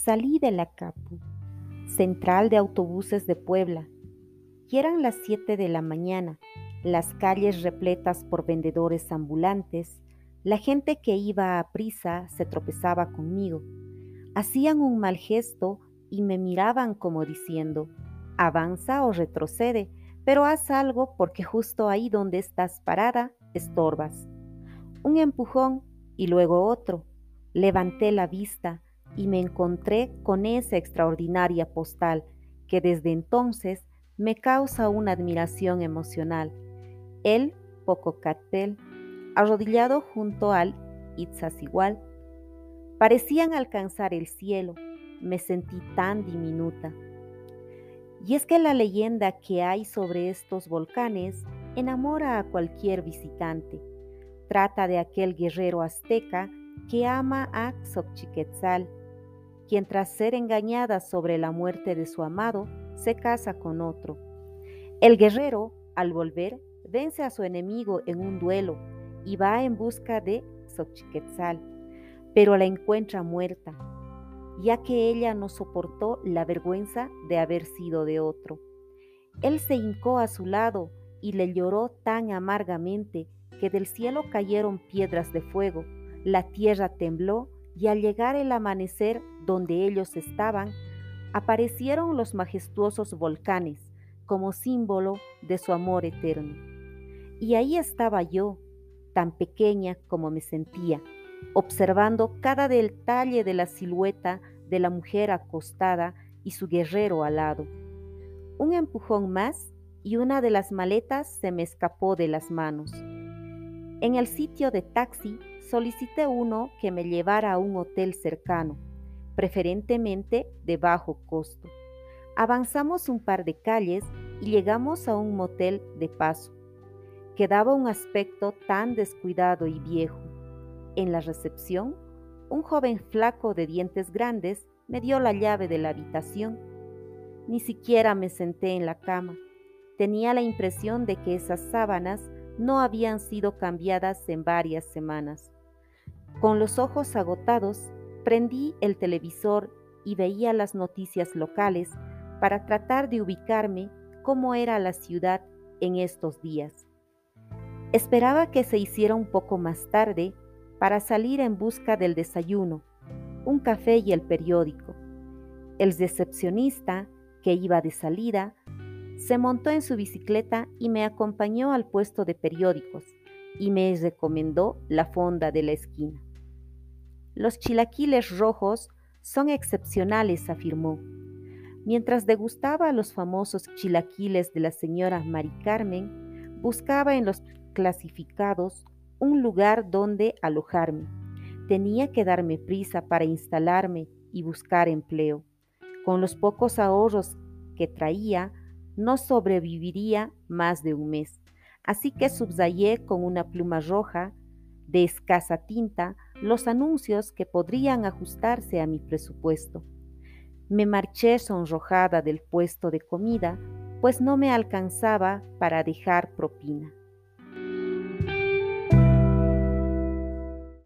Salí de la CAPU, Central de Autobuses de Puebla, y eran las 7 de la mañana, las calles repletas por vendedores ambulantes, la gente que iba a prisa se tropezaba conmigo, hacían un mal gesto y me miraban como diciendo, avanza o retrocede, pero haz algo porque justo ahí donde estás parada estorbas. Un empujón y luego otro. Levanté la vista y me encontré con esa extraordinaria postal que desde entonces me causa una admiración emocional. El Popocatépetl, arrodillado junto al Iztaccíhuatl, parecían alcanzar el cielo. Me sentí tan diminuta. Y es que la leyenda que hay sobre estos volcanes enamora a cualquier visitante. Trata de aquel guerrero azteca que ama a Xochiquetzal, quien tras ser engañada sobre la muerte de su amado, se casa con otro. El guerrero, al volver, vence a su enemigo en un duelo y va en busca de Xochiquetzal, pero la encuentra muerta, ya que ella no soportó la vergüenza de haber sido de otro. Él se hincó a su lado y le lloró tan amargamente que del cielo cayeron piedras de fuego, la tierra tembló y al llegar el amanecer donde ellos estaban, aparecieron los majestuosos volcanes como símbolo de su amor eterno. Y ahí estaba yo, tan pequeña como me sentía, observando cada detalle de la silueta de la mujer acostada y su guerrero al lado. Un empujón más y una de las maletas se me escapó de las manos. En el sitio de taxi solicité uno que me llevara a un hotel cercano, preferentemente de bajo costo. Avanzamos un par de calles y llegamos a un motel de paso, que daba un aspecto tan descuidado y viejo. En la recepción, un joven flaco de dientes grandes me dio la llave de la habitación. Ni siquiera me senté en la cama. Tenía la impresión de que esas sábanas no habían sido cambiadas en varias semanas. Con los ojos agotados, prendí el televisor y veía las noticias locales para tratar de ubicarme cómo era la ciudad en estos días. Esperaba que se hiciera un poco más tarde para salir en busca del desayuno, un café y el periódico. El recepcionista, que iba de salida, se montó en su bicicleta y me acompañó al puesto de periódicos y me recomendó la fonda de la esquina. Los chilaquiles rojos son excepcionales, afirmó. Mientras degustaba los famosos chilaquiles de la señora Mari Carmen, buscaba en los clasificados un lugar donde alojarme. Tenía que darme prisa para instalarme y buscar empleo. Con los pocos ahorros que traía, no sobreviviría más de un mes. Así que subrayé con una pluma roja de escasa tinta los anuncios que podrían ajustarse a mi presupuesto. Me marché sonrojada del puesto de comida, pues no me alcanzaba para dejar propina.